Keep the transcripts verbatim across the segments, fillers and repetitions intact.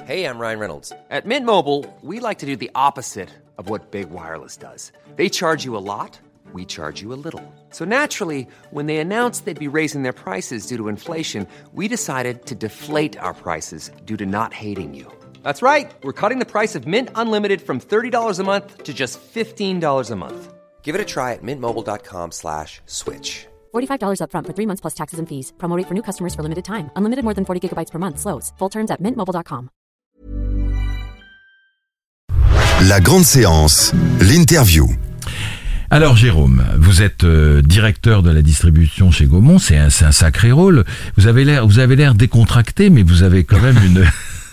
Hey, I'm Ryan Reynolds. At Mint Mobile, we like to do the opposite of what Big Wireless does. They charge you a lot, we charge you a little. So naturally, when they announced they'd be raising their prices due to inflation, we decided to deflate our prices due to not hating you. That's right. We're cutting the price of Mint Unlimited from thirty dollars a month to just fifteen dollars a month. Give it a try at mintmobile.com slash switch. forty-five dollars up front for three months plus taxes and fees. Promo rate for new customers for limited time. Unlimited more than forty gigabytes per month. Slows full terms at mint mobile dot com. La grande séance, l'interview. Alors Jérôme, vous êtes euh, directeur de la distribution chez Gaumont, c'est un, c'est un sacré rôle. Vous avez l'air, vous avez l'air décontracté, mais vous avez quand même une...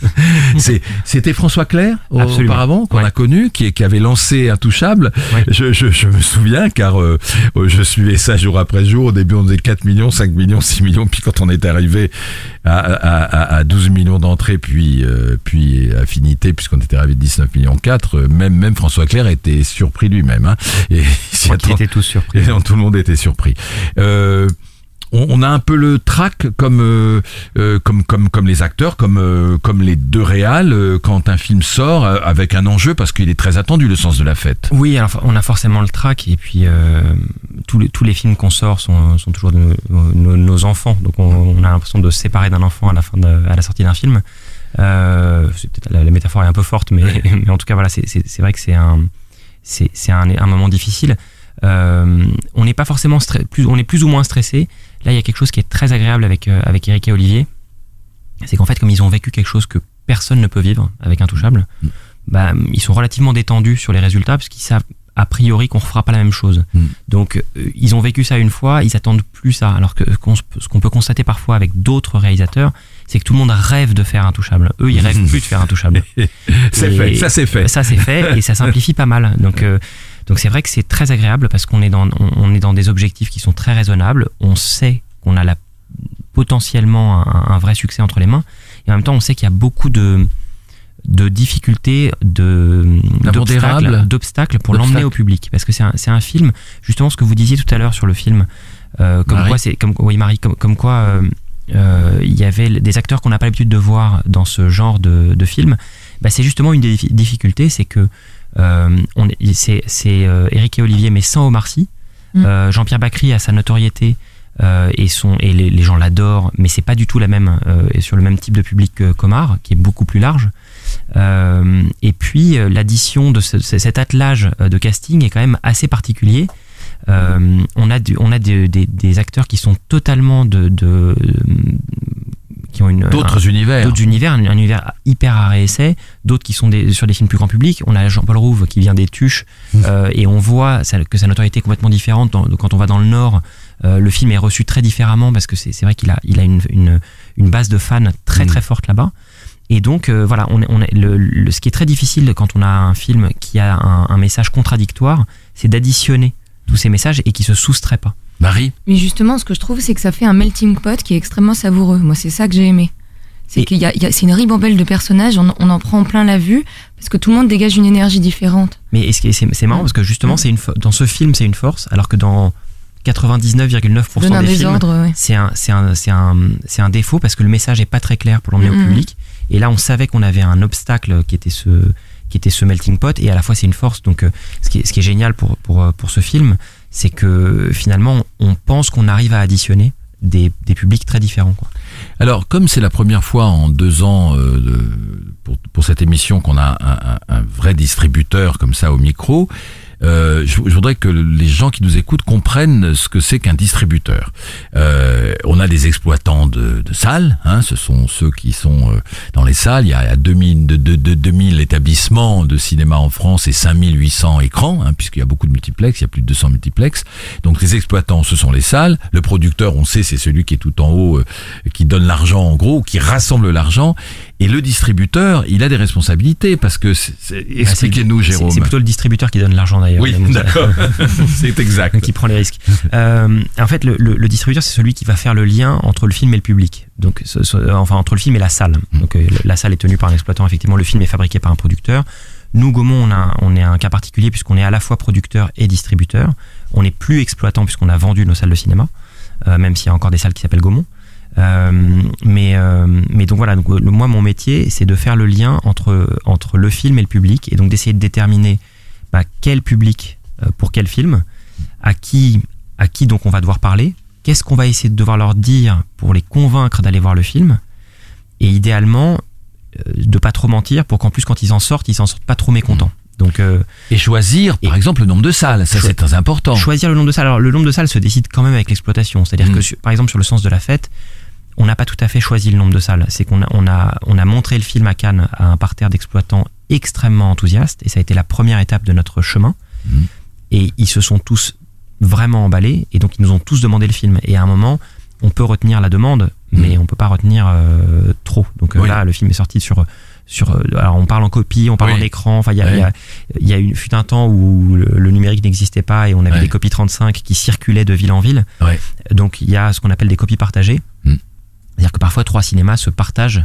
c'est, c'était François Clair Absolument. auparavant qu'on ouais. a connu, qui, qui avait lancé Intouchable. Ouais. Je, je, je me souviens car euh, je suivais ça jour après jour. Au début on faisait quatre millions, cinq millions, six millions, puis quand on est arrivé à, à, à, à douze millions d'entrées, puis euh, puis Affinité, puisqu'on était arrivé à dix-neuf millions quatre, même même François Clair était surpris lui-même. Hein, et Je crois qu'ils étaient tous surpris. Et non, tout le monde était surpris. Euh, On, on a un peu le trac comme euh, euh, comme comme comme les acteurs, comme euh, comme les deux réals euh, quand un film sort euh, avec un enjeu, parce qu'il est très attendu, Le Sens de la Fête. Oui, alors on a forcément le trac, et puis euh, tous les tous les films qu'on sort sont sont toujours de nos, nos, nos enfants, donc on, on a l'impression de se séparer d'un enfant à la fin de, à la sortie d'un film. Euh, c'est peut-être la, la métaphore est un peu forte, mais mais en tout cas voilà, c'est c'est c'est vrai que c'est un c'est c'est un un moment difficile. Euh, on n'est pas forcément stre- plus on est plus ou moins stressé. Là, il y a quelque chose qui est très agréable avec euh, avec Eric et Olivier, c'est qu'en fait, comme ils ont vécu quelque chose que personne ne peut vivre avec Intouchable, mmh. bah ils sont relativement détendus sur les résultats, parce qu'ils savent a priori qu'on refera pas la même chose. Mmh. Donc euh, ils ont vécu ça une fois, ils attendent plus ça. Alors que qu'on, ce qu'on peut constater parfois avec d'autres réalisateurs, c'est que tout le monde rêve de faire Intouchable. Eux, ils rêvent plus de faire Intouchable. c'est et fait, ça c'est fait. Ça c'est fait, et ça simplifie pas mal. Donc euh, Donc c'est vrai que c'est très agréable, parce qu'on est dans on, on est dans des objectifs qui sont très raisonnables. On sait qu'on a la, potentiellement un, un vrai succès entre les mains, et en même temps on sait qu'il y a beaucoup de de difficultés, de d'obstacles, d'obstacles pour D'obstacle. l'emmener au public, parce que c'est un c'est un film, justement ce que vous disiez tout à l'heure sur le film, euh, comme Marie. quoi c'est comme oui Marie comme comme quoi euh, euh, il y avait des acteurs qu'on n'a pas l'habitude de voir dans ce genre de de film. Bah c'est justement une des difficultés, c'est que Euh, on, c'est, c'est euh, Eric et Olivier, mais sans Omar Sy. Mmh. Euh, Jean-Pierre Bacri a sa notoriété euh, et, son, et les, les gens l'adorent, mais c'est pas du tout la même, euh, et sur le même type de public que qu'Omar, qui est beaucoup plus large. Euh, et puis euh, l'addition de ce, cet attelage de casting est quand même assez particulier. Euh, on a, du, on a de, des, des acteurs qui sont totalement de, de, de qui ont une, d'autres un, univers, d'autres univers, un, un univers hyper à réessai, d'autres qui sont des, sur des films plus grand public. On a Jean-Paul Rouve qui vient des Tuches, mmh. euh, et on voit ça, que sa notoriété est complètement différente. Dans, quand on va dans le Nord, euh, le film est reçu très différemment, parce que c'est, c'est vrai qu'il a, il a une, une, une base de fans très mmh. très forte là-bas. Et donc euh, voilà, on est, on est, le, le, ce qui est très difficile quand on a un film qui a un, un message contradictoire, c'est d'additionner tous ces messages et qui se soustrait pas. Marie ? Mais justement, ce que je trouve, c'est que ça fait un melting pot qui est extrêmement savoureux. Moi, c'est ça que j'ai aimé. C'est et qu'il y a, il y a, c'est une ribambelle de personnages, on, on en prend plein la vue, parce que tout le monde dégage une énergie différente. Mais c'est, c'est, c'est marrant, parce que justement, c'est une, dans ce film, c'est une force, alors que dans quatre-vingt-dix-neuf virgule neuf pour cent des films, ouais. c'est, un, c'est, un, c'est, un, c'est un défaut, parce que le message est pas très clair pour l'emmener mmh. au public. Et là, on savait qu'on avait un obstacle qui était ce, qui était ce melting pot, et à la fois, c'est une force. Donc, euh, ce, qui est, ce qui est génial pour, pour, pour ce film, c'est que finalement, on pense qu'on arrive à additionner des, des publics très différents, quoi. Alors, comme c'est la première fois en deux ans euh, de, pour, pour cette émission qu'on a un, un, un vrai distributeur comme ça au micro, euh, je, je voudrais que les gens qui nous écoutent comprennent ce que c'est qu'un distributeur. Euh, on a des exploitants de, de salles, hein, ce sont ceux qui sont euh, dans les salles. Il y a deux mille, de, de, de, deux mille établissements de cinéma en France et cinq mille huit cents écrans, hein, puisqu'il y a beaucoup de multiplex, il y a plus de deux cents multiplex. Donc les exploitants, ce sont les salles. Le producteur, on sait, c'est celui qui est tout en haut, euh, qui donne l'argent en gros, qui rassemble l'argent. Et le distributeur, il a des responsabilités, parce que c'est, c'est, expliquez-nous, Jérôme. C'est, c'est plutôt le distributeur qui donne l'argent d'ailleurs. Oui, d'accord. C'est exact. Qui prend les risques. Euh, en fait, le, le, le distributeur, c'est celui qui va faire le lien entre le film et le public. Donc, ce, ce, enfin, entre le film et la salle. Donc, euh, la salle est tenue par un exploitant. Effectivement, le film est fabriqué par un producteur. Nous, Gaumont, on, a, on est un cas particulier, puisqu'on est à la fois producteur et distributeur. On n'est plus exploitant, puisqu'on a vendu nos salles de cinéma, euh, même s'il y a encore des salles qui s'appellent Gaumont. Euh, mais euh, mais donc voilà, donc, le, moi mon métier c'est de faire le lien entre entre le film et le public, et donc d'essayer de déterminer bah, quel public euh, pour quel film, à qui à qui donc on va devoir parler, qu'est-ce qu'on va essayer de devoir leur dire pour les convaincre d'aller voir le film, et idéalement euh, de pas trop mentir pour qu'en plus quand ils en sortent ils s'en sortent pas trop mécontents. Donc, euh, et choisir, par et exemple, le nombre de salles, ça cho- c'est très important. Choisir le nombre de salles. Alors le nombre de salles se décide quand même avec l'exploitation. C'est-à-dire mmh. que sur, par exemple sur le Sens de la Fête, on n'a pas tout à fait choisi le nombre de salles. C'est qu'on a, on a, on a montré le film à Cannes à un parterre d'exploitants extrêmement enthousiastes, et ça a été la première étape de notre chemin. Mmh. Et ils se sont tous vraiment emballés, et donc ils nous ont tous demandé le film. Et à un moment, on peut retenir la demande, mais mmh. on peut pas retenir euh, trop. Donc oui. là, le film est sorti sur sur. Alors on parle en copie, on parle oui. en écran. Enfin, il y a, il oui. y a, il y a une fut un temps où le, le numérique n'existait pas et on avait oui. des copies trente-cinq qui circulaient de ville en ville. Oui. Donc il y a ce qu'on appelle des copies partagées. Mmh. C'est-à-dire que parfois trois cinémas se partagent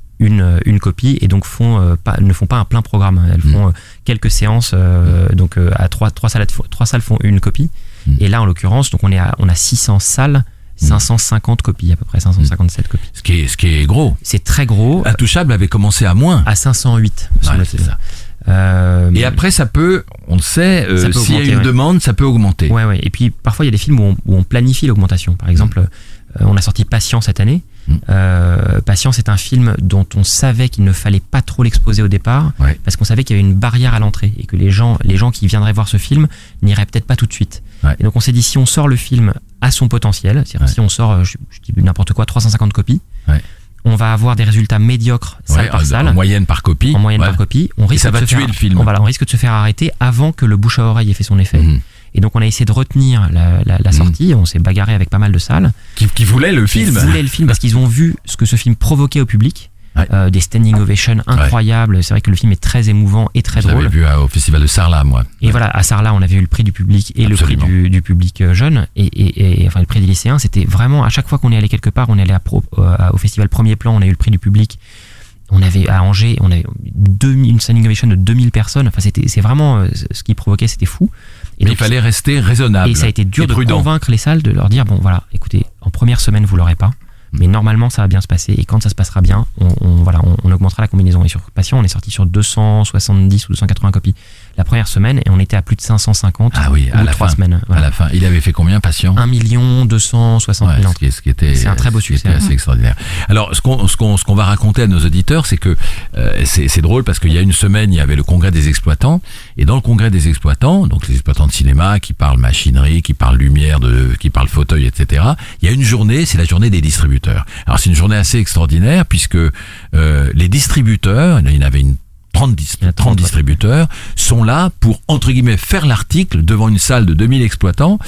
une une copie et donc font euh, pas ne font pas un plein programme. Elles mmh. font euh, quelques séances. Euh, mmh. Donc euh, à trois trois salles trois salles font une copie. Mmh. Et là en l'occurrence, donc on est à, on a six cents salles. cinq cent cinquante copies, à peu près cinq cent cinquante-sept mmh. copies. Ce qui est, ce qui est gros. C'est très gros. Intouchable avait commencé à moins. À cinq cent huit. Ouais, c'est ça. Euh, et après, ça peut, on le sait, euh, s'il y a une ouais. demande, ça peut augmenter. Ouais, ouais. Et puis, parfois, il y a des films où on, où on planifie l'augmentation. Par exemple, mmh. euh, on a sorti Patient cette année. Mmh. Euh, Patient, c'est un film dont on savait qu'il ne fallait pas trop l'exposer au départ, ouais. parce qu'on savait qu'il y avait une barrière à l'entrée et que les gens, les gens qui viendraient voir ce film n'iraient peut-être pas tout de suite. Ouais. Et donc, on s'est dit, si on sort le film à son potentiel, c'est-à-dire ouais. si on sort, je, je dis n'importe quoi, trois cent cinquante copies, ouais. on va avoir des résultats médiocres salle ouais, par salle. En moyenne par copie. En moyenne ouais. par copie. On risque et ça de va se tuer faire, le film. On, voilà, on risque de se faire arrêter avant que le bouche à oreille ait fait son effet. Mmh. Et donc on a essayé de retenir la, la, la sortie. Mmh. On s'est bagarré avec pas mal de salles. Qui, qui voulaient le qui film. Qui voulaient le film parce qu'ils ont vu ce que ce film provoquait au public. Ouais. Euh, des standing ovations incroyables. Ouais. C'est vrai que le film est très émouvant et très Je drôle. Je l'avais vu au festival de Sarlat, moi. Et ouais. voilà, à Sarlat, on avait eu le prix du public et Absolument. le prix du, du public jeune et, et, et enfin le prix des lycéens. C'était vraiment à chaque fois qu'on est allé quelque part, on est allé à pro, euh, au festival Premier Plan, on a eu le prix du public. On avait à Angers, on avait deux, une standing ovation de deux mille personnes. Enfin, c'était, c'est vraiment ce qui provoquait, c'était fou. Et donc, il fallait rester raisonnable. Et ça a été dur de prudent. convaincre les salles de leur dire bon voilà, écoutez, en première semaine vous l'aurez pas. Mais normalement, ça va bien se passer. Et quand ça se passera bien, on, on, voilà, on, on augmentera la combinaison. Et sur Patient, on est sorti sur deux cent soixante-dix ou deux cent quatre-vingts copies la première semaine. Et on était à plus de cinq cent cinquante ah oui, à ou la trois fin, semaines. Voilà. À la fin. Il avait fait combien, Patient ? un million deux cent soixante mille ouais, ce, qui, ce qui était, c'est un très beau succès. C'était assez extraordinaire. Alors, ce qu'on, ce qu'on, ce qu'on va raconter à nos auditeurs, c'est que euh, c'est, c'est drôle parce qu'il y a une semaine, il y avait le congrès des exploitants. Et dans le congrès des exploitants, donc les exploitants de cinéma qui parlent machinerie, qui parlent lumière, de, qui parlent fauteuil, et cetera. Il y a une journée, c'est la journée des distributeurs. Alors, c'est une journée assez extraordinaire puisque euh, les distributeurs, il y en avait une trente, trente distributeurs, sont là pour, entre guillemets, faire l'article devant une salle de deux mille exploitants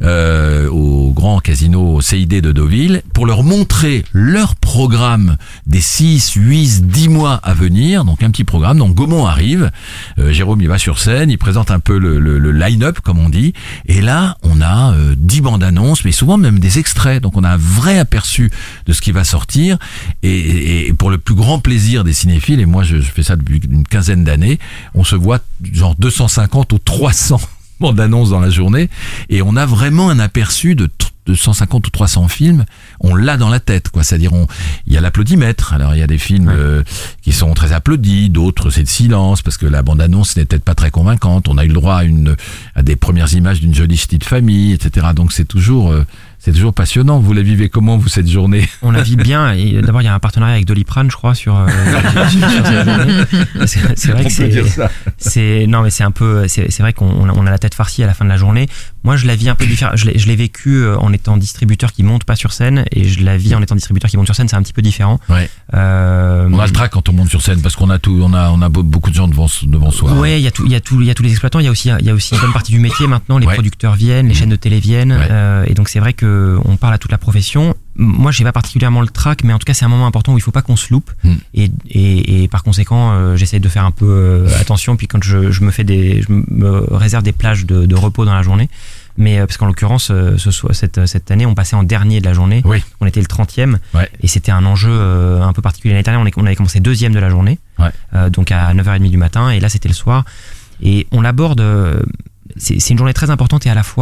euh, au grand casino C I D de Deauville pour leur montrer leur programme des six, huit, dix mois à venir. Donc un petit programme. Donc Gaumont arrive, euh, Jérôme il va sur scène, il présente un peu le, le, le line-up comme on dit. Et là on a euh, dix bandes annonces, mais souvent même des extraits. Donc on a un vrai aperçu de ce qui va sortir. Et, et pour le plus grand plaisir des cinéphiles, et moi je, je fais ça depuis une quinzaine d'années, on se voit genre deux cent cinquante ou trois cents bandes annonces dans la journée et on a vraiment un aperçu de deux cent cinquante ou trois cents films, on l'a dans la tête, quoi. C'est-à-dire, on, il y a l'applaudimètre. Alors, il y a des films ouais. euh, qui sont très applaudis, d'autres c'est de silence parce que la bande-annonce n'est peut-être pas très convaincante. On a eu le droit à une, à des premières images d'une jolie petite famille, et cetera. Donc, c'est toujours, euh, c'est toujours passionnant. Vous la vivez comment, vous, cette journée ? On la vit bien. Et d'abord, il y a un partenariat avec Doliprane, je crois, sur, euh, sur, sur cette journée. C'est, c'est vrai on que c'est, dire ça. c'est, non, mais c'est un peu, c'est, c'est vrai qu'on on a la tête farcie à la fin de la journée. Moi, je la vis un peu différent. Je l'ai, je l'ai vécu en étant distributeur qui monte pas sur scène et je la vis en étant distributeur qui monte sur scène. C'est un petit peu différent. Ouais. Euh, on a le trac quand on monte sur scène parce qu'on a tout, on a, on a beaucoup de gens devant, devant soi. Ouais, il y a tout, il y a tout, il y a tous les exploitants. Il y a aussi, il y a aussi une bonne partie du métier maintenant. Les ouais. producteurs viennent, les chaînes de télé viennent, ouais. euh, et donc c'est vrai que on parle à toute la profession. Moi, j'ai pas particulièrement le trac, mais en tout cas, c'est un moment important où il faut pas qu'on se loupe. Mm. Et, et, et par conséquent, euh, j'essaie de faire un peu euh, attention. Puis quand je, je me fais des, je me réserve des plages de, de repos dans la journée. Mais euh, parce qu'en l'occurrence, euh, ce soit cette cette année, on passait en dernier de la journée. Oui. On était le trentième. Ouais. Et c'était un enjeu euh, un peu particulier. L'année dernière, on, est, on avait commencé deuxième de la journée. Ouais. Euh, donc à neuf heures trente du matin. Et là, c'était le soir. Et on l'aborde. Euh, c'est, c'est une journée très importante et à la fois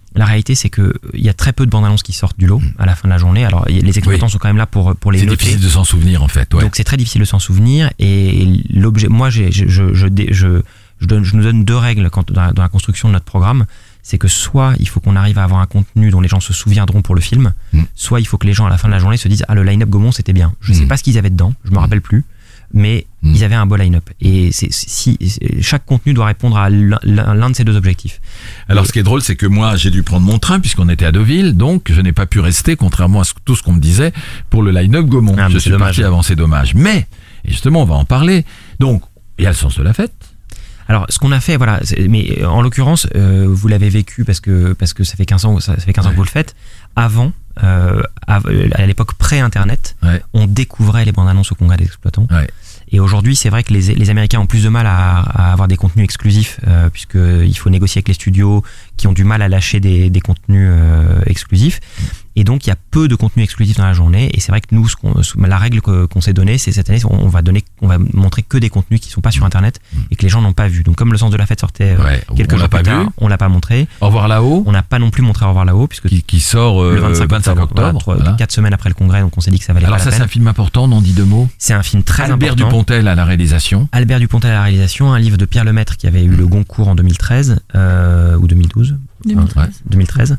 La réalité, c'est que il y a très peu de bandes annonces qui sortent du lot à la fin de la journée. Alors, les exploitants oui. sont quand même là pour pour les c'est noter. C'est difficile de s'en souvenir en fait. Ouais. Donc, c'est très difficile de s'en souvenir. Et l'objet, moi, j'ai, je, je, je, je, je, donne, je nous donne deux règles quand, dans, la, dans la construction de notre programme. C'est que soit il faut qu'on arrive à avoir un contenu dont les gens se souviendront pour le film, mmh. soit il faut que les gens à la fin de la journée se disent ah le line-up Gaumont c'était bien. Je mmh. sais pas ce qu'ils avaient dedans, je me rappelle plus. Mais mmh. ils avaient un beau line-up. Et c'est, si, chaque contenu doit répondre à l'un, l'un de ces deux objectifs. Alors, et ce qui est drôle, c'est que moi, j'ai dû prendre mon train puisqu'on était à Deauville, donc je n'ai pas pu rester, contrairement à tout ce qu'on me disait, pour le line-up Gaumont. Ah, je suis dommage. parti avant, c'est dommage. Mais, et justement, on va en parler. Donc, il y a le sens de la fête. Alors, ce qu'on a fait, voilà, mais en l'occurrence, euh, vous l'avez vécu parce que parce que ça fait quinze ans, ça fait quinze ans ouais. que vous le faites. Avant, euh, à, à l'époque pré-internet, ouais. on découvrait les bandes annonces au congrès des exploitants. Ouais. Et aujourd'hui, c'est vrai que les, les Américains ont plus de mal à, à avoir des contenus exclusifs, euh, puisque il faut négocier avec les studios qui ont du mal à lâcher des, des contenus euh, exclusifs. Et donc, il y a peu de contenus exclusifs dans la journée. Et c'est vrai que nous, ce qu'on, la règle que, qu'on s'est donnée, c'est cette année, on va donner, on va montrer que des contenus qui sont pas sur Internet et que les gens n'ont pas vu. Donc, comme le sens de la fête sortait ouais, quelques jours plus tard, on l'a pas montré. Au revoir là-haut. On n'a pas non plus montré Au revoir là-haut, puisque qui, qui sort euh, le vingt-cinq octobre, voilà, trois, voilà. quatre semaines après le congrès. Donc, on s'est dit que ça valait Alors pas ça, la peine. Alors ça, c'est un film important, on en dit deux mots. C'est un film très Albert important. Albert Dupontel à la réalisation. Albert Dupontel à la réalisation, un livre de Pierre Lemaitre qui avait eu le Goncourt en deux mille treize euh, ou deux mille douze. deux mille treize. Hein, deux mille treize.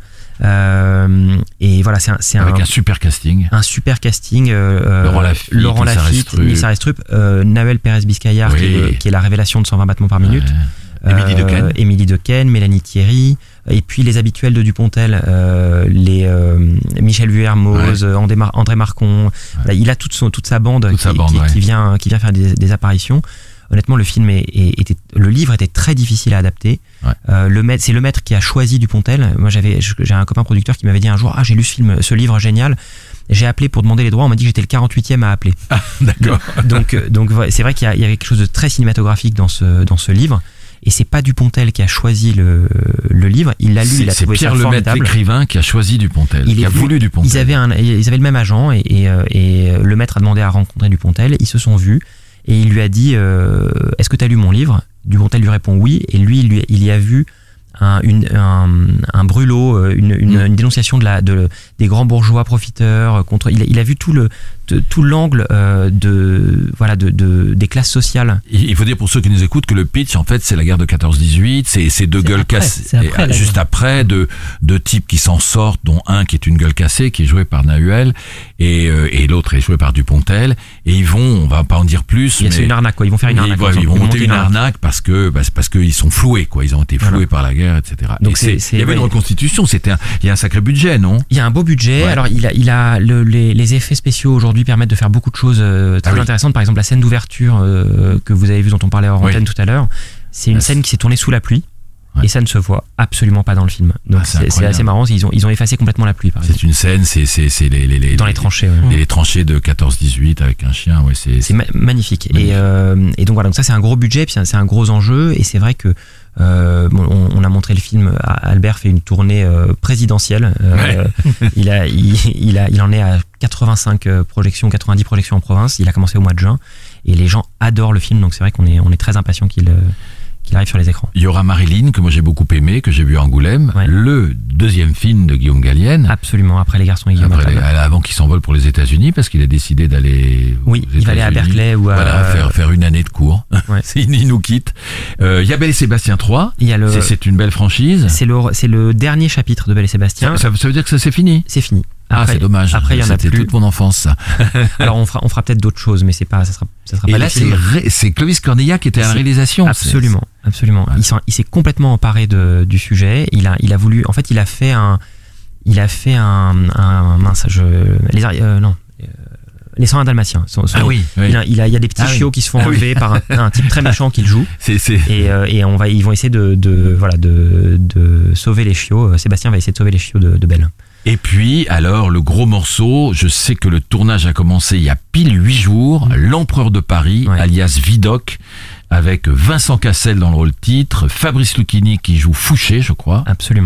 Euh, et voilà, c'est un, c'est avec un, un super casting, un super casting. Euh, Laurent Lafitte, Laurent Lafitte, Nils Arestrup, euh, Nawel Pérez-Biscayar, oui. qui, est, qui est la révélation de cent vingt battements par minute. Ouais. Émilie euh, Dequesne, Émilie Dequesne, Mélanie Thierry, et puis les habituels de Dupontel, euh, les euh, Michel Vuillermoz, ouais. André, Mar- André Marcon. Ouais. Là, il a toute son, toute sa bande, toute qui, sa bande qui, ouais. qui vient, qui vient faire des, des apparitions. Honnêtement, le film est, est, était, le livre était très difficile à adapter. Ouais. Euh, le maître, c'est le maître qui a choisi Dupontel. Moi, j'avais, j'ai un copain producteur qui m'avait dit un jour, ah, j'ai lu ce film, ce livre génial. J'ai appelé pour demander les droits. On m'a dit que j'étais le quarante-huitième à appeler. Ah, d'accord. Donc, donc, c'est vrai qu'il y, a, il y avait quelque chose de très cinématographique dans ce, dans ce livre. Et c'est pas Dupontel qui a choisi le, le livre. Il l'a lu, c'est, il a trouvé ça formidable. C'est Pierre Lemaitre, l'écrivain, qui a choisi Dupontel, il qui a voulu Dupontel. Ils avaient un, ils avaient le même agent et, et, et le maître a demandé à rencontrer Dupontel. Ils se sont vus. Et il lui a dit euh, est-ce que tu as lu mon livre ? Dupontel lui répond oui, et lui, lui il y a vu un, une, un, un brûlot, une, une, mmh. une dénonciation de la, de, des grands bourgeois profiteurs contre. Il a, il a vu tout le de, tout l'angle euh, de voilà de, de des classes sociales. Il faut dire pour ceux qui nous écoutent que le pitch en fait c'est la guerre de quatorze dix-huit, c'est ces deux c'est gueules cassées juste après de deux types qui s'en sortent, dont un qui est une gueule cassée qui est joué par Nahuel et euh, et l'autre est joué par Dupontel, et ils vont, on va pas en dire plus, mais c'est une arnaque quoi, ils vont faire une arnaque. Ils, ils, ils vont monter une, une arnaque, arnaque parce que bah, parce qu'ils sont floués quoi, ils ont été floués voilà. par la guerre, et cetera. Donc et c'est, c'est, il y avait ouais. une reconstitution, c'était un, il y a un sacré budget, non ? Il y a un beau budget. Ouais. Alors il a il a le, les, les effets spéciaux aujourd'hui permettent de faire beaucoup de choses euh, très ah oui. intéressantes. Par exemple, la scène d'ouverture euh, que vous avez vue, dont on parlait hors antenne oui. tout à l'heure, c'est une ah, scène c'est... qui s'est tournée sous la pluie. Ouais. Et ça ne se voit absolument pas dans le film. Donc ah, c'est, c'est, c'est assez marrant. Ils ont ils ont effacé complètement la pluie. Par c'est exemple. Une scène, c'est c'est c'est les les, les dans les tranchées. Ouais. Les, les tranchées de quatorze dix-huit avec un chien. Ouais, c'est c'est, c'est ma- magnifique. magnifique. Et euh, et donc voilà. Donc ça c'est un gros budget, puis c'est un, c'est un gros enjeu. Et c'est vrai que Euh, bon, on, on a montré le film. Albert fait une tournée euh, présidentielle. Euh, ouais. il a, il, il a, il en est à quatre-vingt-cinq projections, quatre-vingt-dix projections en province. Il a commencé au mois de juin et les gens adorent le film. Donc c'est vrai qu'on est, on est très impatient qu'il, euh, qu'il arrive sur les écrans. Il y aura Marilyn que moi j'ai beaucoup aimé, que j'ai vu à Angoulême. Ouais. Le deuxième film de Guillaume Gallienne. Absolument. Après Les Garçons et Guillaume. Après les, avant qu'il s'envole pour les États-Unis, parce qu'il a décidé d'aller. Oui, il va aller à Berkeley ou à. Voilà, faire faire une année de cours. Ouais. il nous quitte. Euh, il y a Belle et Sébastien trois. Il y a le. C'est, c'est une belle franchise. C'est le c'est le dernier chapitre de Belle et Sébastien. Ça, ça, ça veut dire que ça c'est fini. C'est fini. Après, ah, c'est dommage. Après, il y en a C'était plus. toute mon enfance, ça. Alors, on fera, on fera peut-être d'autres choses, mais c'est pas, ça sera, ça sera et pas. Et là, c'est, ré, c'est Clovis Cornillac qui était à la réalisation. Absolument, c'est... absolument. Ouais. Il, s'en, il s'est complètement emparé de, du sujet. Il a, il a voulu, en fait, il a fait un, il a fait un, un mince, je, les, euh, non. Euh, Les cent un Dalmatiens. Son, son, ah oui, oui. Il, a, il, a, il y a des petits ah chiots oui. qui se font enlever ah oui. par un, un type très méchant qui le joue. C'est, c'est... Et, euh, et on va, ils vont essayer de, de, voilà, de, de sauver les chiots. Sébastien va essayer de sauver les chiots de, de Belle. Et puis, alors, le gros morceau, je sais que le tournage a commencé il y a pile huit jours, mmh. L'Empereur de Paris, ouais. alias Vidocq, avec Vincent Cassel dans le rôle titre, Fabrice Lucchini qui joue Fouché, je crois. Absolument.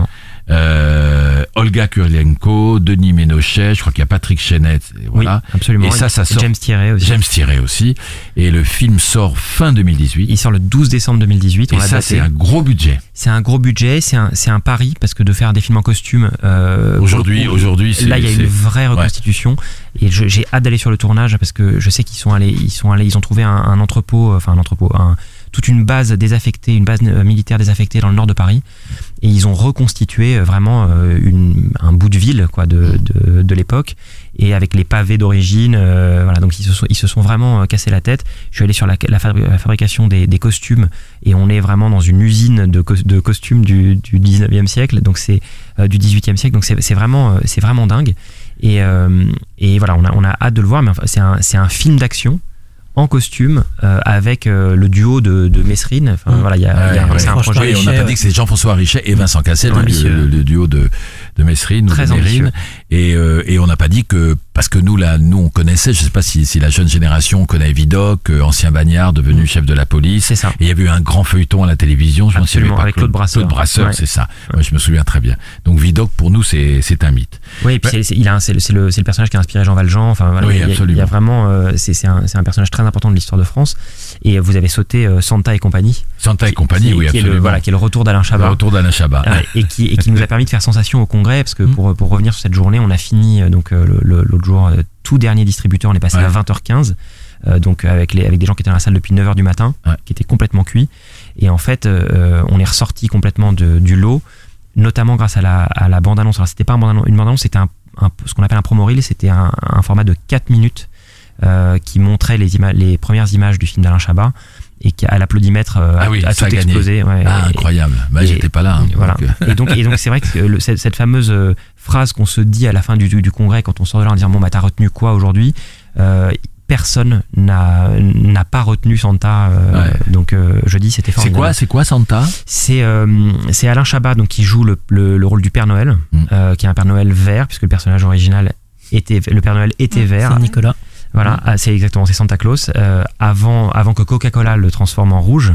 euh, Olga Kurylenko, Denis Ménochet, je crois qu'il y a Patrick Chenet, voilà. Oui, absolument. Et ça, ça sort. James Thierry aussi. James Thierry aussi. Et le film sort fin deux mille dix-huit. Il sort le douze décembre deux mille dix-huit. Et on l'a ça, daté. c'est un gros budget. C'est un gros budget, c'est un, c'est un pari, parce que de faire des films en costume, euh, Aujourd'hui, beaucoup, aujourd'hui, c'est, là, il y a c'est... une vraie reconstitution. Ouais. Et je, j'ai hâte d'aller sur le tournage, parce que je sais qu'ils sont allés, ils sont allés, ils ont trouvé un, un entrepôt, enfin un entrepôt, un, toute une base désaffectée, une base militaire désaffectée dans le nord de Paris, et ils ont reconstitué vraiment une, un bout de ville, quoi, de, de, de l'époque, et avec les pavés d'origine, euh, voilà, donc ils se sont, ils se sont vraiment cassé la tête. Je suis allé sur la, la, fabri- la fabrication des, des costumes, et on est vraiment dans une usine de, co- de costumes du, du dix-neuvième siècle, donc c'est euh, du dix-huitième siècle, donc c'est, c'est vraiment, c'est vraiment dingue. Et, euh, et voilà, on a, on a hâte de le voir, mais enfin, c'est un, c'est un film d'action en costume euh, avec euh, le duo de, de Mesrine. Enfin, mmh. voilà, il y a, ouais, y a ouais. c'est un projet. Oui, on n'a pas dit que c'est Jean-François Richet et Vincent Cassel, ouais, le, le, le duo de, de Mesrine, très ou de Mérine. Et, euh, et on n'a pas dit que, parce que nous, là, nous, on connaissait, je sais pas si, si la jeune génération connaît Vidocq, euh, ancien bagnard, devenu mmh. chef de la police. C'est ça. Et il y avait eu un grand feuilleton à la télévision, je Absolument, m'en souviens pas. avec Claude Brasseur. Claude Brasseur, ouais. c'est ça. Ouais. Moi, je me souviens très bien. Donc Vidocq, pour nous, c'est, c'est un mythe. Oui, et puis ouais. c'est, il a un, c'est, le, c'est, le, c'est le personnage qui a inspiré Jean Valjean. Enfin, voilà, oui, il, y a, absolument. il y a vraiment, euh, c'est, c'est, un, c'est un personnage très important de l'histoire de France. Et vous avez sauté euh, Santa et compagnie. Santa et qui, compagnie, qui, oui, qui absolument. Est le, voilà, qui est le retour d'Alain Chabat. Le retour d'Alain Chabat. Euh, et, qui, et qui nous a permis de faire sensation au Congrès, parce que pour, pour revenir sur cette journée, on a fini euh, donc euh, le, l'autre jour, euh, tout dernier distributeur, on est passé ouais. à vingt heures quinze, euh, donc avec, les, avec des gens qui étaient dans la salle depuis neuf heures du matin, ouais. qui étaient complètement cuits. Et en fait, euh, on est ressorti complètement de, du lot, notamment grâce à la, à la bande-annonce. Alors, c'était pas un bande-annonce, une bande-annonce, c'était un, un, ce qu'on appelle un promo reel, c'était un, un format de quatre minutes euh, qui montrait les, ima- les premières images du film d'Alain Chabat, et qui à l'applaudimètre euh, ah oui, a, a tout explosé. Ouais, ah, et, incroyable. Bah, et, j'étais pas là. Hein, voilà. donc... et donc, et donc c'est vrai que le, cette, cette fameuse euh, phrase qu'on se dit à la fin du, du, du congrès quand on sort de là en disant bon bah t'as retenu quoi aujourd'hui, euh, personne n'a n'a pas retenu Santa. Euh, ouais. Donc euh, jeudi c'était formidable. C'est quoi, c'est quoi Santa? C'est euh, c'est Alain Chabat donc qui joue le, le, le rôle du Père Noël, mm. euh, qui est un Père Noël vert puisque le personnage original était le Père Noël était mm. vert. C'est Nicolas. Voilà, mmh. c'est exactement, c'est Santa Claus. Euh, avant, avant que Coca-Cola le transforme en rouge,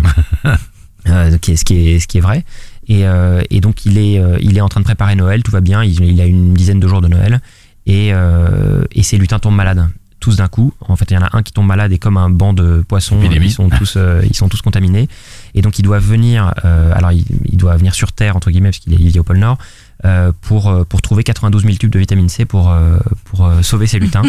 euh, qui est, ce qui est, ce qui est vrai. Et, euh, et donc il est, euh, il est en train de préparer Noël, tout va bien. Il, il a une dizaine de jours de Noël, et, euh, et ses lutins tombent malades, tous d'un coup. En fait, il y en a un qui tombe malade et comme un banc de poissons, Épidémie. ils sont tous, euh, ils sont tous contaminés. Et donc il doit venir, euh, alors il, il doit venir sur Terre entre guillemets parce qu'il est, il vit au pôle Nord. Euh, pour pour trouver quatre-vingt-douze mille tubes de vitamine C pour euh, pour euh, sauver ses lutins.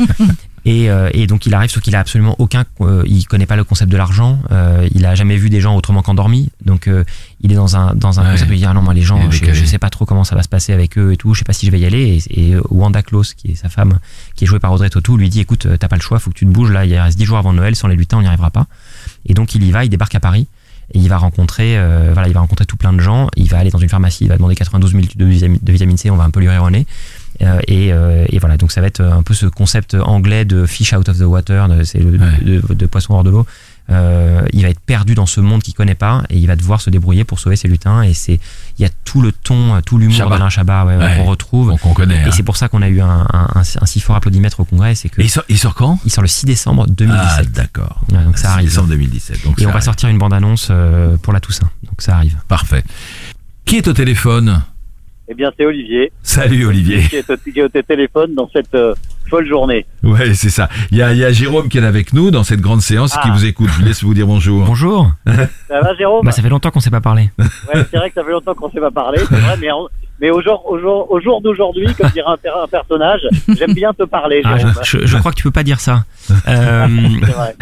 et euh, et donc il arrive sauf qu'il a absolument aucun euh, il connaît pas le concept de l'argent, euh, il a jamais vu des gens autrement qu'endormis, donc euh, il est dans un dans un ouais. concept où il dit ah non moi les gens je, je sais pas trop comment ça va se passer avec eux et tout, je sais pas si je vais y aller, et, et Wanda Claus qui est sa femme qui est jouée par Audrey Tautou lui dit écoute t'as pas le choix, faut que tu te bouges là, il reste dix jours avant Noël, sans les lutins on n'y arrivera pas. Et donc il y va, il débarque à Paris. Et il va rencontrer, euh, voilà, il va rencontrer tout plein de gens. Il va aller dans une pharmacie, il va demander quatre-vingt-douze mille tubes de vitamine C. On va un peu lui rire au nez. Euh, et, euh, et voilà, donc ça va être un peu ce concept anglais de fish out of the water, de, c'est le, ouais. de, de, de poisson hors de l'eau. Euh, il va être perdu dans ce monde qu'il connaît pas et il va devoir se débrouiller pour sauver ses lutins. Et c'est, il y a tout le ton, tout l'humour Chabat. d'Alain Chabat ouais, ouais, qu'on retrouve. Donc on connaît. Et hein. c'est pour ça qu'on a eu un, un, un, un si fort applaudimètre au congrès. C'est que et il sort, il sort quand? Il sort le six décembre deux mille dix-sept. Ah d'accord. Ouais, donc ça arrive. six décembre deux mille dix-sept. Donc et on arrive. va sortir une bande-annonce euh, pour la Toussaint. Donc ça arrive. Parfait. Qui est au téléphone? Eh bien, c'est Olivier. Salut Olivier. Qui est au, qui est au téléphone dans cette euh, folle journée. Ouais, c'est ça. Il y a, il y a Jérôme qui est avec nous dans cette grande séance ah. qui vous écoute. Je vous laisse vous dire bonjour. Bonjour. Ça va, Jérôme? Bah, ça fait longtemps qu'on s'est pas parlé. Ouais, c'est vrai que ça fait longtemps qu'on s'est pas parlé, c'est vrai, mais, en, mais au jour, au jour, au jour d'aujourd'hui, comme dirait un, un personnage, j'aime bien te parler, Jérôme. Ah, je, je, je crois que tu peux pas dire ça. Euh, c'est vrai.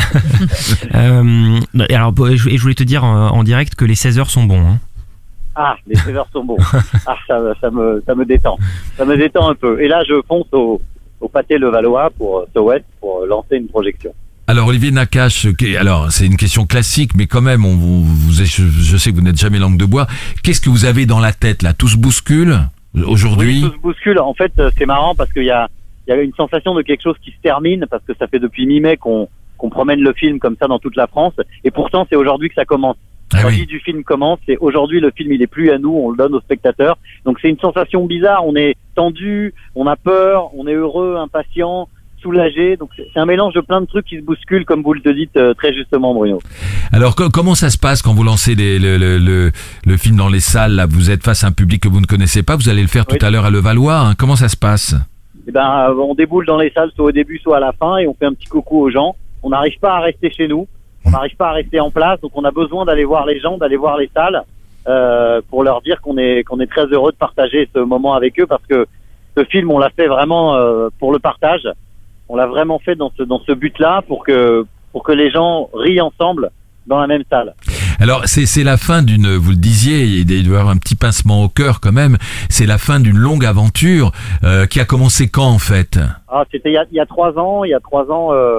euh, alors, et je voulais te dire en, en direct que les seize heures sont bons, hein. Ah, les seize heures sont bons. Ah, ça, ça me, ça me détend. Ça me détend un peu. Et là, je fonce au, au pâté Levallois pour Sowet pour lancer une projection. Alors Olivier Nakache, alors c'est une question classique, mais quand même, on vous, vous, je sais que vous n'êtes jamais langue de bois. Qu'est-ce que vous avez dans la tête là? Tout se bouscule aujourd'hui? Oui, tout se bouscule. En fait, c'est marrant parce qu'il y a, il y a une sensation de quelque chose qui se termine parce que ça fait depuis mi-mai qu'on, qu'on promène le film comme ça dans toute la France, et pourtant c'est aujourd'hui que ça commence. Ah L'envie oui. du film commence, et aujourd'hui le film il est plus à nous, on le donne aux spectateurs. Donc c'est une sensation bizarre, on est tendu, on a peur, on est heureux, impatient, soulagé. Donc c'est un mélange de plein de trucs qui se bousculent, comme vous le dites euh, très justement, Bruno. Alors co- comment ça se passe quand vous lancez les, le, le, le, le film dans les salles là, vous êtes face à un public que vous ne connaissez pas, vous allez le faire tout Oui. à l'heure à Levallois, hein. Comment ça se passe? Eh ben, euh, on déboule dans les salles soit au début, soit à la fin, et on fait un petit coucou aux gens. On n'arrive pas à rester chez nous, on n'arrive pas à rester en place, donc on a besoin d'aller voir les gens, d'aller voir les salles, euh, pour leur dire qu'on est qu'on est très heureux de partager ce moment avec eux, parce que ce film, on l'a fait vraiment euh, pour le partage. On l'a vraiment fait dans ce dans ce but-là, pour que pour que les gens rient ensemble dans la même salle. Alors c'est c'est la fin d'une, vous le disiez, il doit y avoir un petit pincement au cœur quand même. C'est la fin d'une longue aventure euh, qui a commencé quand en fait? Ah, c'était il y a, il y a trois ans. Il y a trois ans, euh,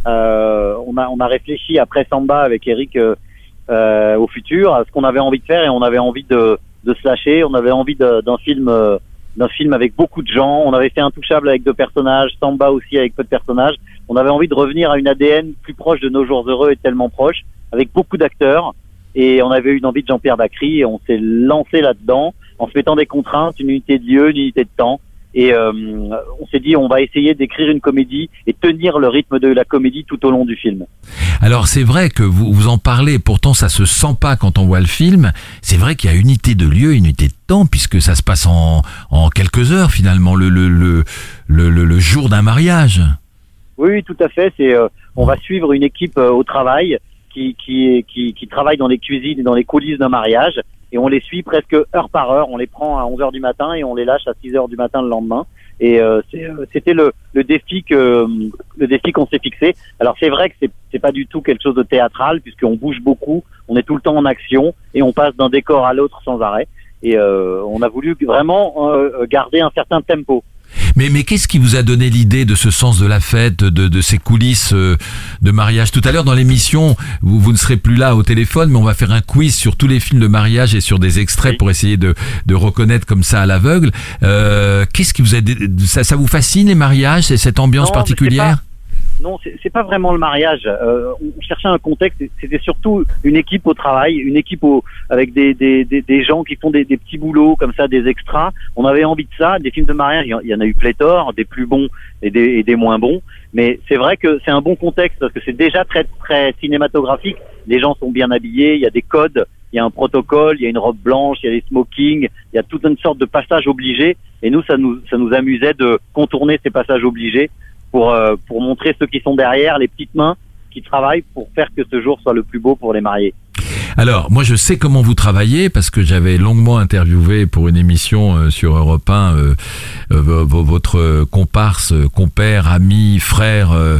euh, on a on a réfléchi après Samba avec Eric euh, euh, au futur à ce qu'on avait envie de faire, et on avait envie de de se lâcher. On avait envie de, d'un film euh, d'un film avec beaucoup de gens. On avait fait Intouchable avec deux personnages, Samba aussi avec peu de personnages. On avait envie de revenir à une A D N plus proche de Nos Jours Heureux et tellement proche, avec beaucoup d'acteurs. Et on avait eu une envie de Jean-Pierre Bacry, et on s'est lancé là-dedans en se mettant des contraintes, une unité de lieu, une unité de temps. Et euh, on s'est dit, on va essayer d'écrire une comédie et tenir le rythme de la comédie tout au long du film. Alors c'est vrai que vous vous en parlez, pourtant ça se sent pas quand on voit le film. C'est vrai qu'il y a unité de lieu, unité de temps, puisque ça se passe en en quelques heures finalement, le le le le, le, le jour d'un mariage. Oui, oui, tout à fait. C'est, euh, on va suivre une équipe euh, au travail qui, qui, qui, qui travaille dans les cuisines et dans les coulisses d'un mariage, et on les suit presque heure par heure. On les prend à onze heures du matin et on les lâche à six heures du matin le lendemain. Et euh, c'est, c'était le, le défi que le défi qu'on s'est fixé. Alors c'est vrai que c'est, c'est pas du tout quelque chose de théâtral, puisqu'on bouge beaucoup, on est tout le temps en action et on passe d'un décor à l'autre sans arrêt. Et euh, on a voulu vraiment euh, garder un certain tempo. Mais, mais qu'est-ce qui vous a donné l'idée de ce sens de la fête, de, de ces coulisses euh, de mariage? Tout à l'heure dans l'émission, vous, vous ne serez plus là au téléphone, mais on va faire un quiz sur tous les films de mariage et sur des extraits Oui. pour essayer de, de reconnaître comme ça à l'aveugle. Euh, qu'est-ce qui vous a, ça, ça vous fascine les mariages, c'est cette ambiance Non, mais c'est particulière? Non, c'est, c'est pas vraiment le mariage. Euh, on cherchait un contexte. C'était surtout une équipe au travail, une équipe au, avec des, des, des, des gens qui font des, des petits boulots comme ça, des extras. On avait envie de ça. Des films de mariage, il y en a eu pléthore, des plus bons et des, et des moins bons. Mais c'est vrai que c'est un bon contexte parce que c'est déjà très très cinématographique. Les gens sont bien habillés, il y a des codes, il y a un protocole, il y a une robe blanche, il y a des smokings, il y a toute une sorte de passages obligés. Et nous, ça nous ça nous amusait de contourner ces passages obligés pour euh, pour montrer ceux qui sont derrière, les petites mains qui travaillent pour faire que ce jour soit le plus beau pour les mariés. Alors, moi, je sais comment vous travaillez parce que j'avais longuement interviewé pour une émission euh, sur Europe un euh, euh, votre comparse, euh, compère, ami, frère, euh,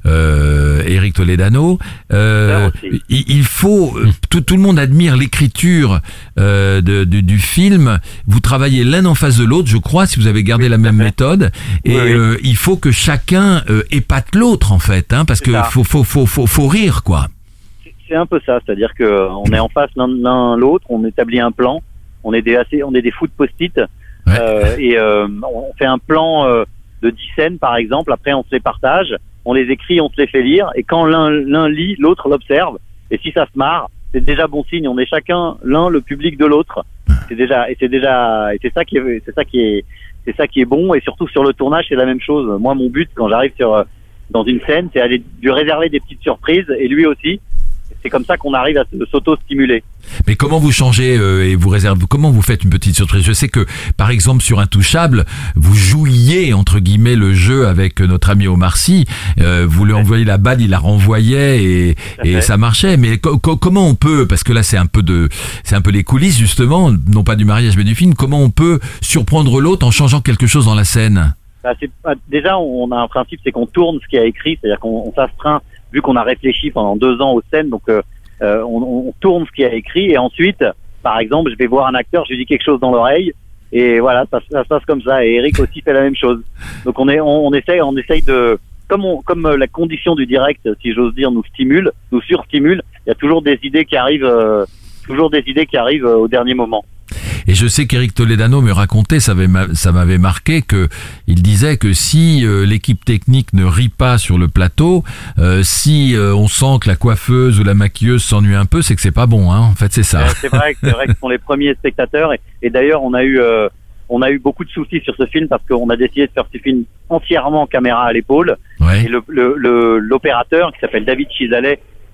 euh, Éric Toledano. Euh, il, il faut, tout, tout le monde admire l'écriture euh, de, de, du film. Vous travaillez l'un en face de l'autre, je crois, si vous avez gardé oui, la même fait. méthode. Et oui, oui. Euh, il faut que chacun euh, épate l'autre, en fait, hein, parce C'est que ça. faut, faut, faut, faut, faut rire, quoi. C'est un peu ça, c'est-à-dire que on est en face l'un l'un l'autre, on établit un plan, on est des assez, on est des fous de post-it, Ouais. euh, et euh, on fait un plan euh, de dix scènes par exemple. Après on se les partage, on les écrit, on se les fait lire, et quand l'un l'un lit, l'autre l'observe, et si ça se marre, c'est déjà bon signe. On est chacun l'un le public de l'autre. C'est déjà et c'est déjà et c'est ça qui est c'est ça qui est c'est ça qui est bon. Et surtout sur le tournage c'est la même chose. Moi mon but quand j'arrive sur dans une scène, c'est aller lui réserver des petites surprises, et lui aussi. C'est comme ça qu'on arrive à s'auto-stimuler. Mais comment vous changez euh, et vous réservez, comment vous faites une petite surprise? Je sais que, par exemple, sur Intouchable, vous jouiez, entre guillemets, le jeu avec notre ami Omar Sy. Euh, vous lui envoyez la balle, il la renvoyait et, et ça marchait. Mais co- co- comment on peut, parce que là, c'est un peu de, c'est un peu les coulisses, justement, non pas du mariage, mais du film, comment on peut surprendre l'autre en changeant quelque chose dans la scène? Bah, c'est, déjà, on a un principe, c'est qu'on tourne ce qui a écrit, c'est-à-dire qu'on on s'astreint, vu qu'on a réfléchi pendant deux ans aux scènes, donc euh, euh, on, on tourne ce qui a écrit, et ensuite, par exemple, je vais voir un acteur, je lui dis quelque chose dans l'oreille, et voilà, ça, ça se passe comme ça. Et Eric aussi fait la même chose. Donc on est, on, on essaye, on essaye de, comme on, comme la condition du direct, si j'ose dire, nous stimule, nous surstimule. Il y a toujours des idées qui arrivent, euh, toujours des idées qui arrivent euh, au dernier moment. Et je sais qu'Éric Toledano me racontait, ça, avait, ça m'avait marqué, que il disait que si euh, l'équipe technique ne rit pas sur le plateau, euh, si euh, on sent que la coiffeuse ou la maquilleuse s'ennuie un peu, c'est que c'est pas bon, hein. En fait, c'est ça. Euh, c'est vrai, c'est vrai que ce sont les premiers spectateurs. Et, et d'ailleurs, on a eu, euh, on a eu beaucoup de soucis sur ce film parce qu'on a décidé de faire ce film entièrement caméra à l'épaule. Ouais. Et le, le, le, l'opérateur qui s'appelle David Chisalet,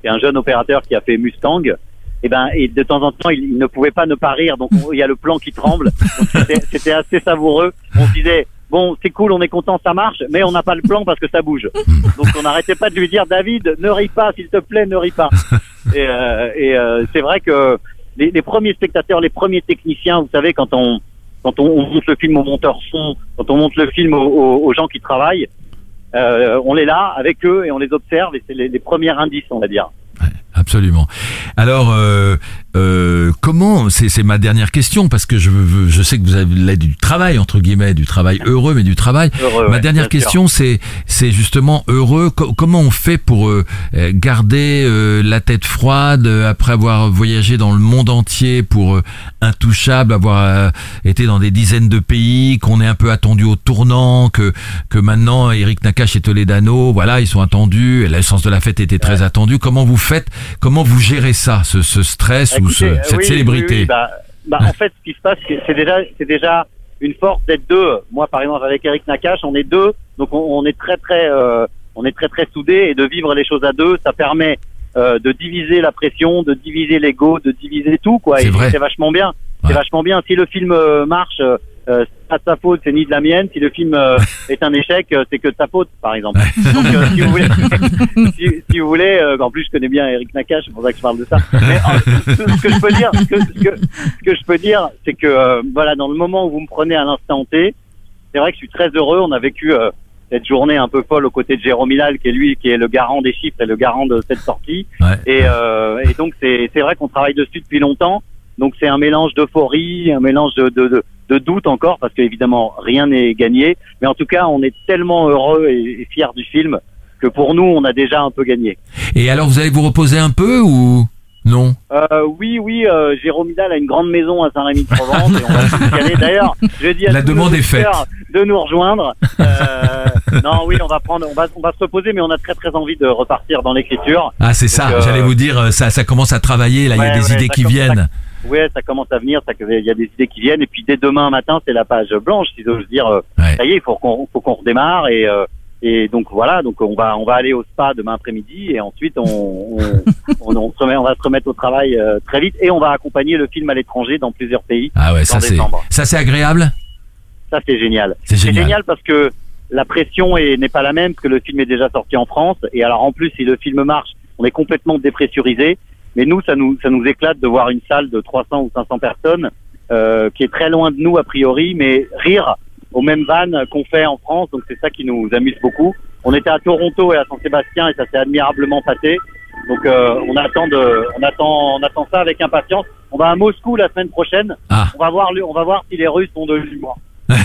qui est un jeune opérateur qui a fait Mustang. Et ben, et de temps en temps, il, il ne pouvait pas ne pas rire. Donc, il y a le plan qui tremble. Donc, c'était, c'était assez savoureux. On se disait, bon, c'est cool, on est content, ça marche, mais on n'a pas le plan parce que ça bouge. Donc, on n'arrêtait pas de lui dire, David, ne ris pas, s'il te plaît, ne ris pas. Et, euh, et euh, c'est vrai que les, les premiers spectateurs, les premiers techniciens, vous savez, quand on, quand on, on monte le film au monteur son, quand on monte le film aux, aux, aux gens qui travaillent, euh, on est là avec eux et on les observe et c'est les, les premiers indices, on va dire. Ouais, absolument. Alors, euh, euh, comment, c'est, c'est ma dernière question, parce que je, veux, je sais que vous avez du travail, entre guillemets, du travail heureux, mais du travail. Heureux, ma ouais, dernière question, c'est, c'est justement heureux. Co- comment on fait pour euh, garder euh, la tête froide euh, après avoir voyagé dans le monde entier pour euh, Intouchable, avoir euh, été dans des dizaines de pays, qu'on est un peu attendu au tournant, que que maintenant Eric Nakache et Toledano, voilà, ils sont attendus. Et l'essence de la fête était très ouais. attendue. Comment vous faites, comment vous gérez ça, ce, ce stress Écoutez, ou ce, cette oui, célébrité? oui, oui, bah, bah, en fait, ce qui se passe, c'est déjà, c'est déjà une force d'être deux. Moi, par exemple, avec Eric Nakache, on est deux, donc on, on est très très, euh, on est très très soudés, et de vivre les choses à deux, ça permet euh, de diviser la pression, de diviser l'ego, de diviser tout, quoi. C'est et vrai. c'est vachement bien. Ouais. C'est vachement bien. Si le film euh, marche, euh, Euh, c'est pas de sa faute, c'est ni de la mienne. Si le film euh, est un échec, euh, c'est que de sa faute, par exemple. Donc, euh, si vous voulez, si, si vous voulez, euh, en plus je connais bien Eric Nakache, c'est pour ça que je parle de ça. Mais euh, ce que je peux dire, ce que, ce que, ce que je peux dire, c'est que euh, voilà, dans le moment où vous me prenez à l'instant T, c'est vrai que je suis très heureux. On a vécu euh, cette journée un peu folle aux côtés de Jérôme Hilal, qui est lui, qui est le garant des chiffres et le garant de cette sortie. Ouais. Et, euh, et donc c'est, c'est vrai qu'on travaille dessus depuis longtemps. Donc c'est un mélange d'euphorie, un mélange de, de, de, de doute encore, parce qu'évidemment rien n'est gagné. Mais en tout cas, on est tellement heureux et, et fiers du film que pour nous, on a déjà un peu gagné. Et alors, vous allez vous reposer un peu ou non? euh, Oui, oui. Euh, Jérôme Hilal a une grande maison à Saint-Rémy-de-Provence et on va tous y aller. D'ailleurs, je dis à la tous demande nos est faite de nous rejoindre. Euh, non, oui, on va prendre, on va, on va se reposer, mais on a très très envie de repartir dans l'écriture. Ah, c'est Donc, ça. euh, J'allais vous dire, ça, ça commence à travailler. Là, il ouais, y a des ouais, idées qui commence, viennent. Ça, ouais, ça commence à venir. Ça, il y a des idées qui viennent. Et puis dès demain matin, c'est la page blanche. Si j'ose dire, euh, ouais. ça y est, il faut qu'on, faut qu'on redémarre. Et, euh, et donc voilà. Donc on va, on va aller au spa demain après-midi. Et ensuite, on, on, on, on, se remet, on va se remettre au travail euh, très vite. Et on va accompagner le film à l'étranger dans plusieurs pays. Ah ouais, ça c'est, ça c'est agréable. Ça c'est génial. C'est génial. C'est génial parce que la pression est, n'est pas la même, parce que le film est déjà sorti en France. Et alors en plus, si le film marche, on est complètement dépressurisé. Mais nous, ça nous, ça nous éclate de voir une salle de trois cents ou cinq cents personnes, euh, qui est très loin de nous a priori, mais rire aux mêmes vannes qu'on fait en France. Donc c'est ça qui nous amuse beaucoup. On était à Toronto et à Saint-Sébastien et ça s'est admirablement passé. Donc euh, on attend de, on attend, on attend ça avec impatience. On va à Moscou la semaine prochaine. Ah. On va voir, on va voir si les Russes ont de l'humour.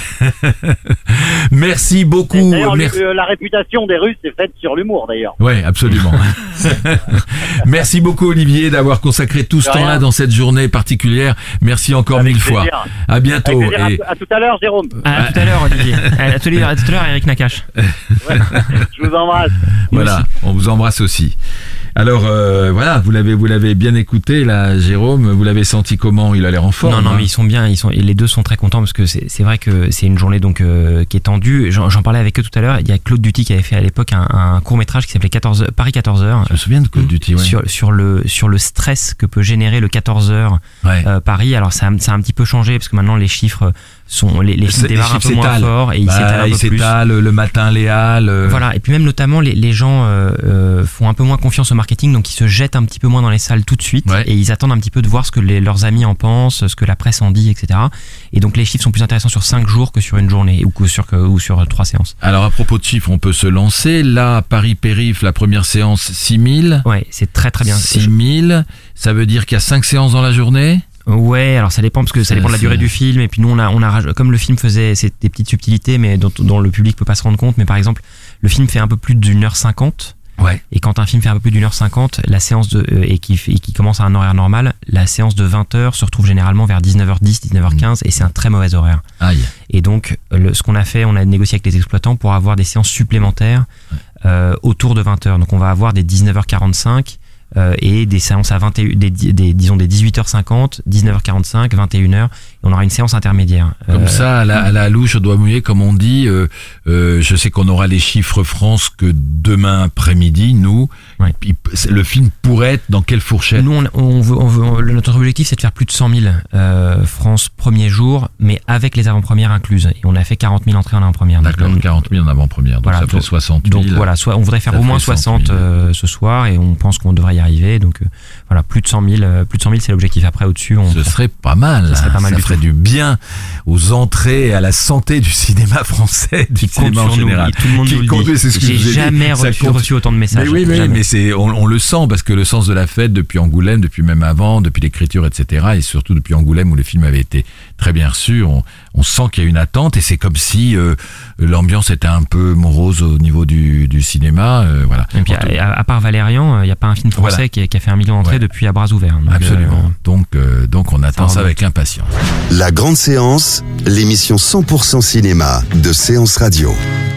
Merci beaucoup. D'ailleurs, Merci. Le, la réputation des Russes est faite sur l'humour, d'ailleurs. Oui, absolument. Merci beaucoup, Olivier, d'avoir consacré tout ce temps-là dans cette journée particulière. Merci encore Avec mille plaisir. fois. À bientôt. Et... À, à tout à l'heure, Jérôme. À, à tout à l'heure, Olivier. À tout à l'heure, à tout à l'heure, Eric Nakache. Ouais. Je vous embrasse. Voilà, on vous embrasse aussi. Alors euh, voilà, vous l'avez vous l'avez bien écouté là, Jérôme. Vous l'avez senti comment? Il a l'air en forme. Non, non, hein. mais ils sont bien. Ils sont. Et les deux sont très contents parce que c'est, c'est vrai que c'est une journée donc euh, qui est tendue. J'en, j'en parlais avec eux tout à l'heure. Il y a Claude Duty qui avait fait à l'époque un, un court métrage qui s'appelait quatorze heures, Paris quatorze heures. Je me souviens de Claude Duty. Ouais. Sur sur le sur le stress que peut générer le quatorze heures ouais. euh, Paris. Alors ça a, ça a un petit peu changé parce que maintenant les chiffres sont les, les films démarrent un peu moins fort et ils bah, s'étalent un ils peu plus. s'étalent le matin les halles. Euh... Voilà, et puis même notamment les, les gens euh, euh, font un peu moins confiance au marketing, donc ils se jettent un petit peu moins dans les salles tout de suite ouais. et ils attendent un petit peu de voir ce que les, leurs amis en pensent, ce que la presse en dit, et cetera. Et donc les chiffres sont plus intéressants sur cinq jours que sur une journée ou que sur ou sur trois séances. Alors à propos de chiffres, on peut se lancer. Là, Paris Périph, la première séance six mille. Ouais, c'est très très bien. six mille, ça veut dire qu'il y a cinq séances dans la journée. Ouais, alors ça dépend parce que ça, ça dépend de la durée du film et puis nous on a on a comme le film faisait c'est des petites subtilités mais dont, dont le public peut pas se rendre compte, mais par exemple le film fait un peu plus d'une heure cinquante. Ouais. Et quand un film fait un peu plus d'une heure cinquante, la séance de euh, et qui et qui commence à un horaire normal, la séance de vingt heures se retrouve généralement vers dix-neuf heures dix, dix-neuf heures quinze, mmh. et c'est un très mauvais horaire. Aïe. Et donc le, ce qu'on a fait, on a négocié avec les exploitants pour avoir des séances supplémentaires ouais. euh, autour de vingt heures. Donc on va avoir des dix-neuf heures quarante-cinq euh, et des séances à vingt et un, des, des disons des dix-huit heures cinquante, dix-neuf heures quarante-cinq, vingt et une heures et on aura une séance intermédiaire. Comme Euh, ça, à la, à la louche, au doigt mouillé, comme on dit. Euh, euh, je sais qu'on aura les chiffres France que demain après-midi. Nous, Ouais. il- il- le film pourrait être dans quelle fourchette? Nous, on, on veut, on veut, on- notre objectif, c'est de faire plus de cent mille euh, France premier jour, mais avec les avant-premières incluses. Et on a fait quarante mille entrées en avant-première. Donc, D'accord, on- quarante mille en avant-première, donc Voilà, ça fait donc- soixante mille. Donc voilà, soit on voudrait faire Ça au moins ferait cent soixante mille. euh, ce soir, et on pense qu'on devrait y arriver. Donc euh, voilà, plus de cent mille, euh, plus de cent mille, c'est l'objectif. Après, au-dessus, on Ce serait pas mal. Ce serait pas hein. mal ça du ferait tout. du bien aux entrées et à la santé du cinéma français, du qui compte cinéma en sur nous. général. Tout le monde Qui nous le compte, dit. c'est ce que J'ai je vous ai dit. jamais Ça reçu, compte. reçu autant de messages. Mais oui, mais, Jamais. mais c'est, on, on le sent parce que le sens de la fête depuis Angoulême, depuis même avant, depuis l'écriture, et cetera, et surtout depuis Angoulême où le film avait été très bien reçu, on, on sent qu'il y a une attente et c'est comme si euh, l'ambiance était un peu morose au niveau du, du cinéma, euh, voilà. Et puis, En tout- à, à part Valérian, il n'y a pas un film français Voilà. qui, a, qui a fait un million d'entrées Ouais. depuis À bras ouverts. Donc, Absolument. euh, Donc, euh, donc on attend ça remonte. avec impatience. La grande séance, l'émission cent pour cent cinéma de Séance Radio.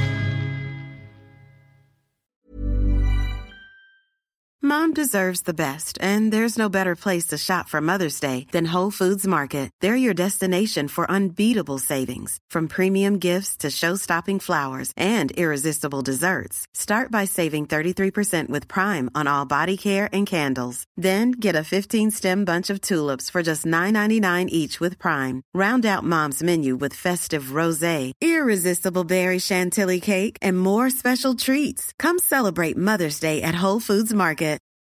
Mom deserves the best, and there's no better place to shop for Mother's Day than Whole Foods Market. They're your destination for unbeatable savings, from premium gifts to show-stopping flowers and irresistible desserts. Start by saving thirty-three percent with Prime on all body care and candles. Then get a fifteen-stem bunch of tulips for just nine ninety-nine each with Prime. Round out Mom's menu with festive rosé, irresistible berry chantilly cake, and more special treats. Come celebrate Mother's Day at Whole Foods Market.